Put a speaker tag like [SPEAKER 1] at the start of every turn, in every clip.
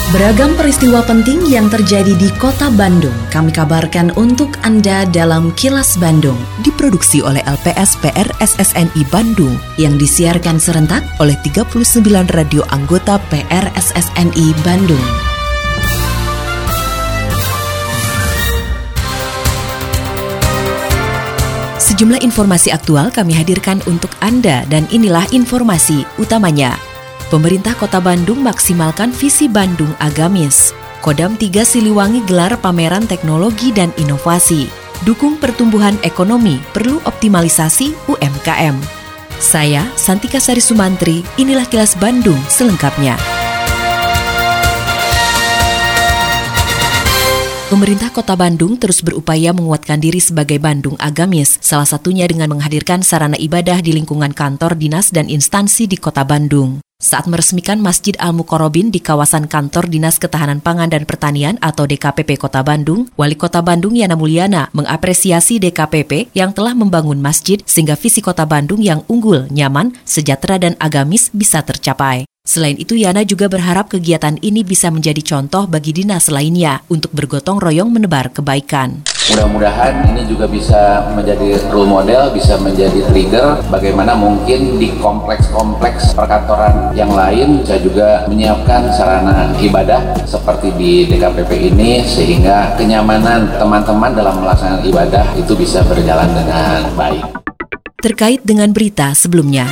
[SPEAKER 1] Beragam peristiwa penting yang terjadi di Kota Bandung kami kabarkan untuk Anda dalam Kilas Bandung.
[SPEAKER 2] Diproduksi oleh LPS PRSSNI Bandung yang disiarkan serentak oleh 39 radio anggota PRSSNI Bandung. Sejumlah informasi aktual kami hadirkan untuk Anda dan inilah informasi utamanya. Pemerintah Kota Bandung maksimalkan visi Bandung Agamis. Kodam 3 Siliwangi gelar pameran teknologi dan inovasi. Dukung pertumbuhan ekonomi, perlu optimalisasi UMKM. Saya, Santika Sari Sumantri, inilah Kilas Bandung selengkapnya. Pemerintah Kota Bandung terus berupaya menguatkan diri sebagai Bandung Agamis, salah satunya dengan menghadirkan sarana ibadah di lingkungan kantor, dinas, dan instansi di Kota Bandung. Saat meresmikan Masjid Al-Muqarrabin di kawasan kantor Dinas Ketahanan Pangan dan Pertanian atau DKPP Kota Bandung, Wali Kota Bandung Yana Mulyana mengapresiasi DKPP yang telah membangun masjid sehingga visi Kota Bandung yang unggul, nyaman, sejahtera, dan agamis bisa tercapai. Selain itu, Yana juga berharap kegiatan ini bisa menjadi contoh bagi dinas lainnya untuk bergotong royong menebar kebaikan.
[SPEAKER 3] Mudah-mudahan ini juga bisa menjadi role model, bisa menjadi trigger bagaimana mungkin di kompleks-kompleks perkantoran yang lain bisa juga menyiapkan sarana ibadah seperti di DKPP ini sehingga kenyamanan teman-teman dalam melaksanakan ibadah itu bisa berjalan dengan baik.
[SPEAKER 2] Terkait dengan berita sebelumnya,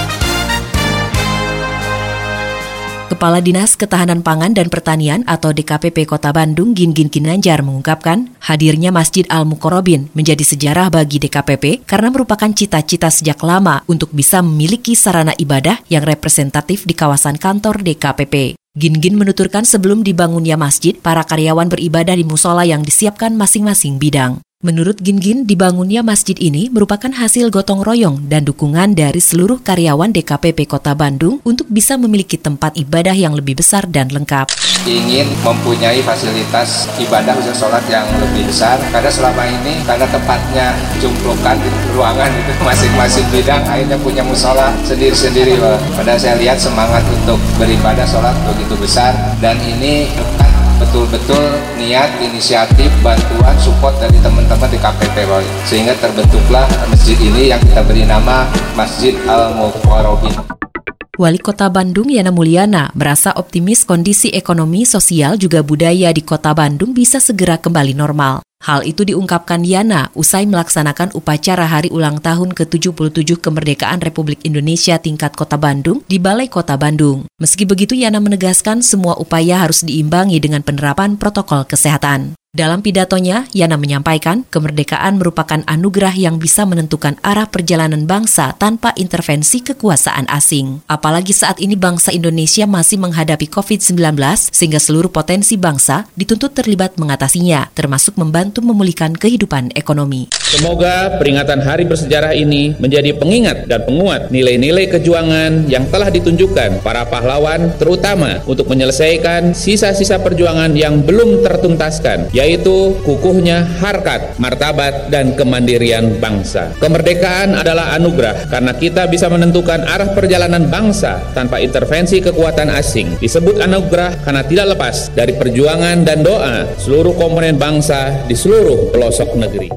[SPEAKER 2] Kepala Dinas Ketahanan Pangan dan Pertanian atau DKPP Kota Bandung Gingin Ginanjar mengungkapkan hadirnya Masjid Al-Muqarrabin menjadi sejarah bagi DKPP karena merupakan cita-cita sejak lama untuk bisa memiliki sarana ibadah yang representatif di kawasan kantor DKPP. Gingin menuturkan sebelum dibangunnya masjid, para karyawan beribadah di musola yang disiapkan masing-masing bidang. Menurut Gingin, dibangunnya masjid ini merupakan hasil gotong royong dan dukungan dari seluruh karyawan DKPP Kota Bandung untuk bisa memiliki tempat ibadah yang lebih besar dan lengkap.
[SPEAKER 4] Ingin mempunyai fasilitas ibadah khusus sholat yang lebih besar karena selama ini karena tempatnya jumplukan di ruangan itu masing-masing bidang akhirnya punya musola sendiri-sendiri. Padahal saya lihat semangat untuk beribadah sholat begitu besar dan ini betul-betul niat, inisiatif, bantuan, support dari teman-teman di KPP sehingga terbentuklah masjid ini yang kita beri nama Masjid Al-Muqarrabin.
[SPEAKER 2] Wali Kota Bandung Yana Mulyana merasa optimis kondisi ekonomi, sosial, juga budaya di Kota Bandung bisa segera kembali normal. Hal itu diungkapkan Yana usai melaksanakan upacara Hari Ulang Tahun ke-77 Kemerdekaan Republik Indonesia tingkat Kota Bandung di Balai Kota Bandung. Meski begitu, Yana menegaskan semua upaya harus diimbangi dengan penerapan protokol kesehatan. Dalam pidatonya, Yana menyampaikan kemerdekaan merupakan anugerah yang bisa menentukan arah perjalanan bangsa tanpa intervensi kekuasaan asing. Apalagi saat ini bangsa Indonesia masih menghadapi COVID-19 sehingga seluruh potensi bangsa dituntut terlibat mengatasinya, termasuk membantu memulihkan kehidupan ekonomi.
[SPEAKER 5] Semoga peringatan hari bersejarah ini menjadi pengingat dan penguat nilai-nilai kejuangan yang telah ditunjukkan para pahlawan, terutama untuk menyelesaikan sisa-sisa perjuangan yang belum tertuntaskan, yaitu kukuhnya harkat, martabat, dan kemandirian bangsa. Kemerdekaan adalah anugerah karena kita bisa menentukan arah perjalanan bangsa tanpa intervensi kekuatan asing. Disebut anugerah karena tidak lepas dari perjuangan dan doa seluruh komponen bangsa di seluruh pelosok negeri.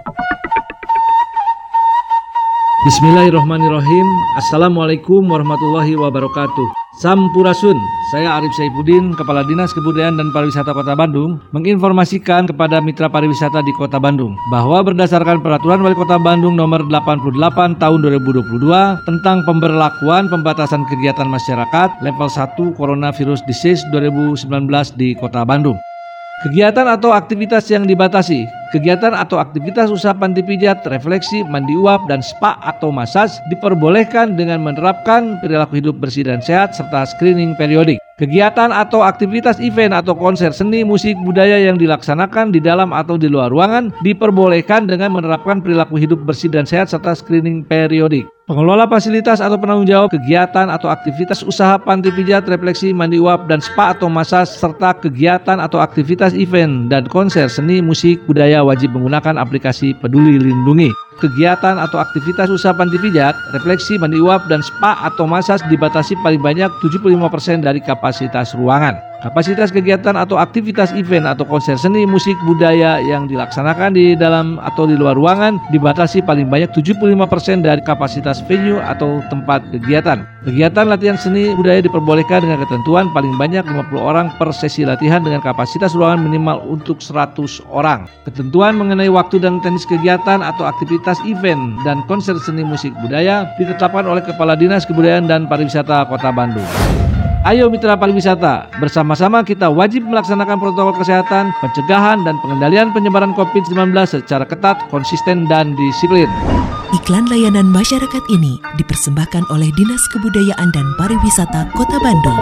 [SPEAKER 6] Bismillahirrahmanirrahim. Assalamualaikum warahmatullahi wabarakatuh. Sampurasun, saya Arif Saifuddin, Kepala Dinas Kebudayaan dan Pariwisata Kota Bandung, menginformasikan kepada mitra pariwisata di Kota Bandung bahwa berdasarkan Peraturan Wali Kota Bandung Nomor 88 Tahun 2022 tentang pemberlakuan pembatasan kegiatan masyarakat level 1 Coronavirus Disease 2019 di Kota Bandung. Kegiatan atau aktivitas yang dibatasi. Kegiatan atau aktivitas usaha panti pijat, refleksi, mandi uap, dan spa atau massage diperbolehkan dengan menerapkan perilaku hidup bersih dan sehat serta screening periodik. Kegiatan atau aktivitas event atau konser seni, musik, budaya yang dilaksanakan di dalam atau di luar ruangan diperbolehkan dengan menerapkan perilaku hidup bersih dan sehat serta screening periodik. Pengelola fasilitas atau penanggung jawab kegiatan atau aktivitas usaha panti pijat, refleksi, mandi uap, dan spa atau massage serta kegiatan atau aktivitas event dan konser seni, musik, budaya wajib menggunakan aplikasi Peduli Lindungi. Kegiatan atau aktivitas usaha panti pijat, refleksi, mandi uap, dan spa atau massage dibatasi paling banyak 75% dari kapasitas ruangan. Kapasitas kegiatan atau aktivitas event atau konser seni, musik, budaya yang dilaksanakan di dalam atau di luar ruangan dibatasi paling banyak 75% dari kapasitas venue atau tempat kegiatan. Kegiatan latihan seni budaya diperbolehkan dengan ketentuan paling banyak 50 orang per sesi latihan dengan kapasitas ruangan minimal untuk 100 orang. Ketentuan mengenai waktu dan teknis kegiatan atau aktivitas event dan konser seni musik budaya ditetapkan oleh Kepala Dinas Kebudayaan dan Pariwisata Kota Bandung. Ayo mitra pariwisata, bersama-sama kita wajib melaksanakan protokol kesehatan, pencegahan dan pengendalian penyebaran COVID-19 secara ketat, konsisten dan disiplin.
[SPEAKER 2] Iklan layanan masyarakat ini dipersembahkan oleh Dinas Kebudayaan dan Pariwisata Kota Bandung.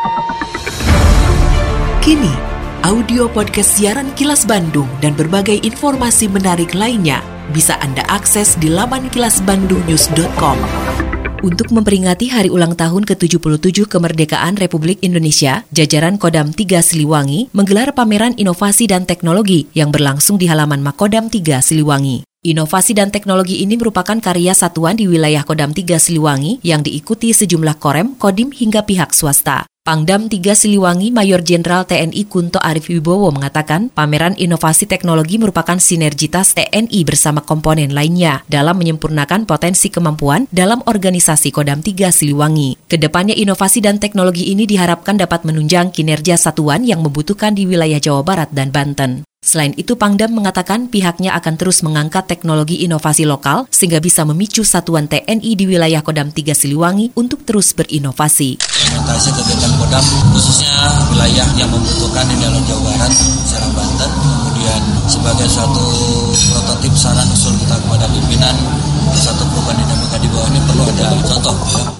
[SPEAKER 2] Kini, audio podcast siaran Kilas Bandung dan berbagai informasi menarik lainnya bisa Anda akses di laman kilasbandungnews.com. Untuk memperingati hari ulang tahun ke-77 kemerdekaan Republik Indonesia, jajaran Kodam 3 Siliwangi menggelar pameran inovasi dan teknologi yang berlangsung di halaman Makodam 3 Siliwangi. Inovasi dan teknologi ini merupakan karya satuan di wilayah Kodam 3 Siliwangi yang diikuti sejumlah korem, kodim hingga pihak swasta. Pangdam 3 Siliwangi Mayor Jenderal TNI Kunto Arif Wibowo mengatakan pameran inovasi teknologi merupakan sinergitas TNI bersama komponen lainnya dalam menyempurnakan potensi kemampuan dalam organisasi Kodam 3 Siliwangi. Kedepannya inovasi dan teknologi ini diharapkan dapat menunjang kinerja satuan yang membutuhkan di wilayah Jawa Barat dan Banten. Selain itu, Pangdam mengatakan pihaknya akan terus mengangkat teknologi inovasi lokal sehingga bisa memicu satuan TNI di wilayah Kodam 3 Siliwangi untuk terus berinovasi.
[SPEAKER 7] Implementasi kegiatan Kodam khususnya wilayah yang membutuhkan di dalam Jawa Barat, secara Banten, kemudian sebagai suatu prototip saran usul kita kepada pimpinan, satu perubahan dinamika di bawah ini perlu ada contoh.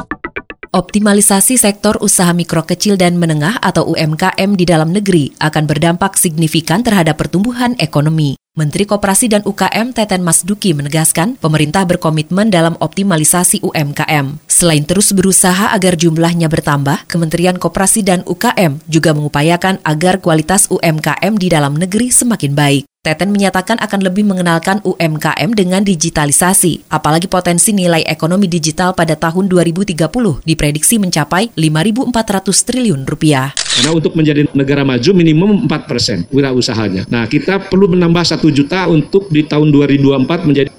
[SPEAKER 2] Optimalisasi sektor usaha mikro kecil dan menengah atau UMKM di dalam negeri akan berdampak signifikan terhadap pertumbuhan ekonomi. Menteri Koperasi dan UKM Teten Masduki menegaskan pemerintah berkomitmen dalam optimalisasi UMKM. Selain terus berusaha agar jumlahnya bertambah, Kementerian Koperasi dan UKM juga mengupayakan agar kualitas UMKM di dalam negeri semakin baik. Teten menyatakan akan lebih mengenalkan UMKM dengan digitalisasi, apalagi potensi nilai ekonomi digital pada tahun 2030 diprediksi mencapai 5.400 triliun rupiah.
[SPEAKER 8] Karena untuk menjadi negara maju minimum 4% wirausahanya. Nah, kita perlu menambah 1 juta untuk di tahun 2024 menjadi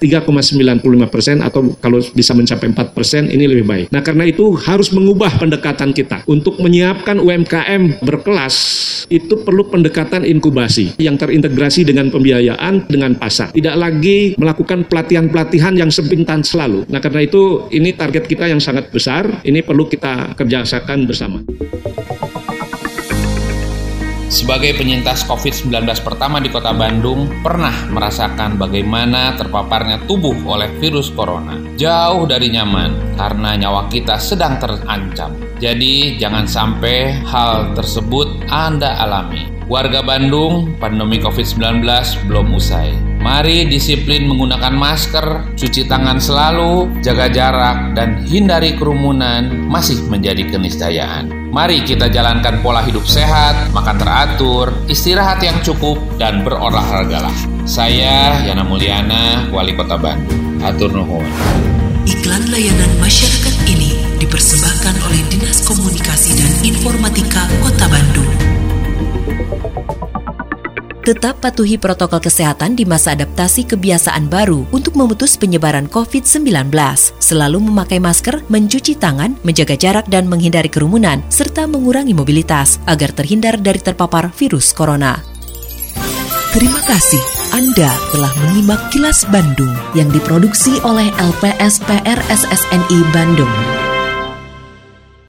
[SPEAKER 8] 3,95% atau kalau bisa mencapai 4% ini lebih baik. Nah, karena itu harus mengubah pendekatan kita. Untuk menyiapkan UMKM berkelas, itu perlu pendekatan inkubasi yang terintegrasi dengan pembiayaan dengan pasar. Tidak lagi melakukan pelatihan-pelatihan yang sepintas selalu. Nah, karena itu ini target kita yang sangat besar, ini perlu kita kerjakan bersama.
[SPEAKER 5] Sebagai penyintas COVID-19 pertama di Kota Bandung, pernah merasakan bagaimana terpaparnya tubuh oleh virus corona. Jauh dari nyaman, karena nyawa kita sedang terancam. Jadi, jangan sampai hal tersebut Anda alami. Warga Bandung, pandemi COVID-19 belum usai. Mari disiplin menggunakan masker, cuci tangan selalu, jaga jarak, dan hindari kerumunan masih menjadi keniscayaan. Mari kita jalankan pola hidup sehat, makan teratur, istirahat yang cukup, dan berolahragalah. Saya Yana Mulyana, Wali Kota Bandung. Hatur nuhun.
[SPEAKER 2] Iklan layanan masyarakat ini dipersembahkan oleh Dinas Komunikasi dan Informatika Kota Bandung. Tetap patuhi protokol kesehatan di masa adaptasi kebiasaan baru untuk memutus penyebaran COVID-19. Selalu memakai masker, mencuci tangan, menjaga jarak dan menghindari kerumunan, serta mengurangi mobilitas agar terhindar dari terpapar virus corona. Terima kasih Anda telah menyimak Kilas Bandung yang diproduksi oleh LPSPR SSNI Bandung.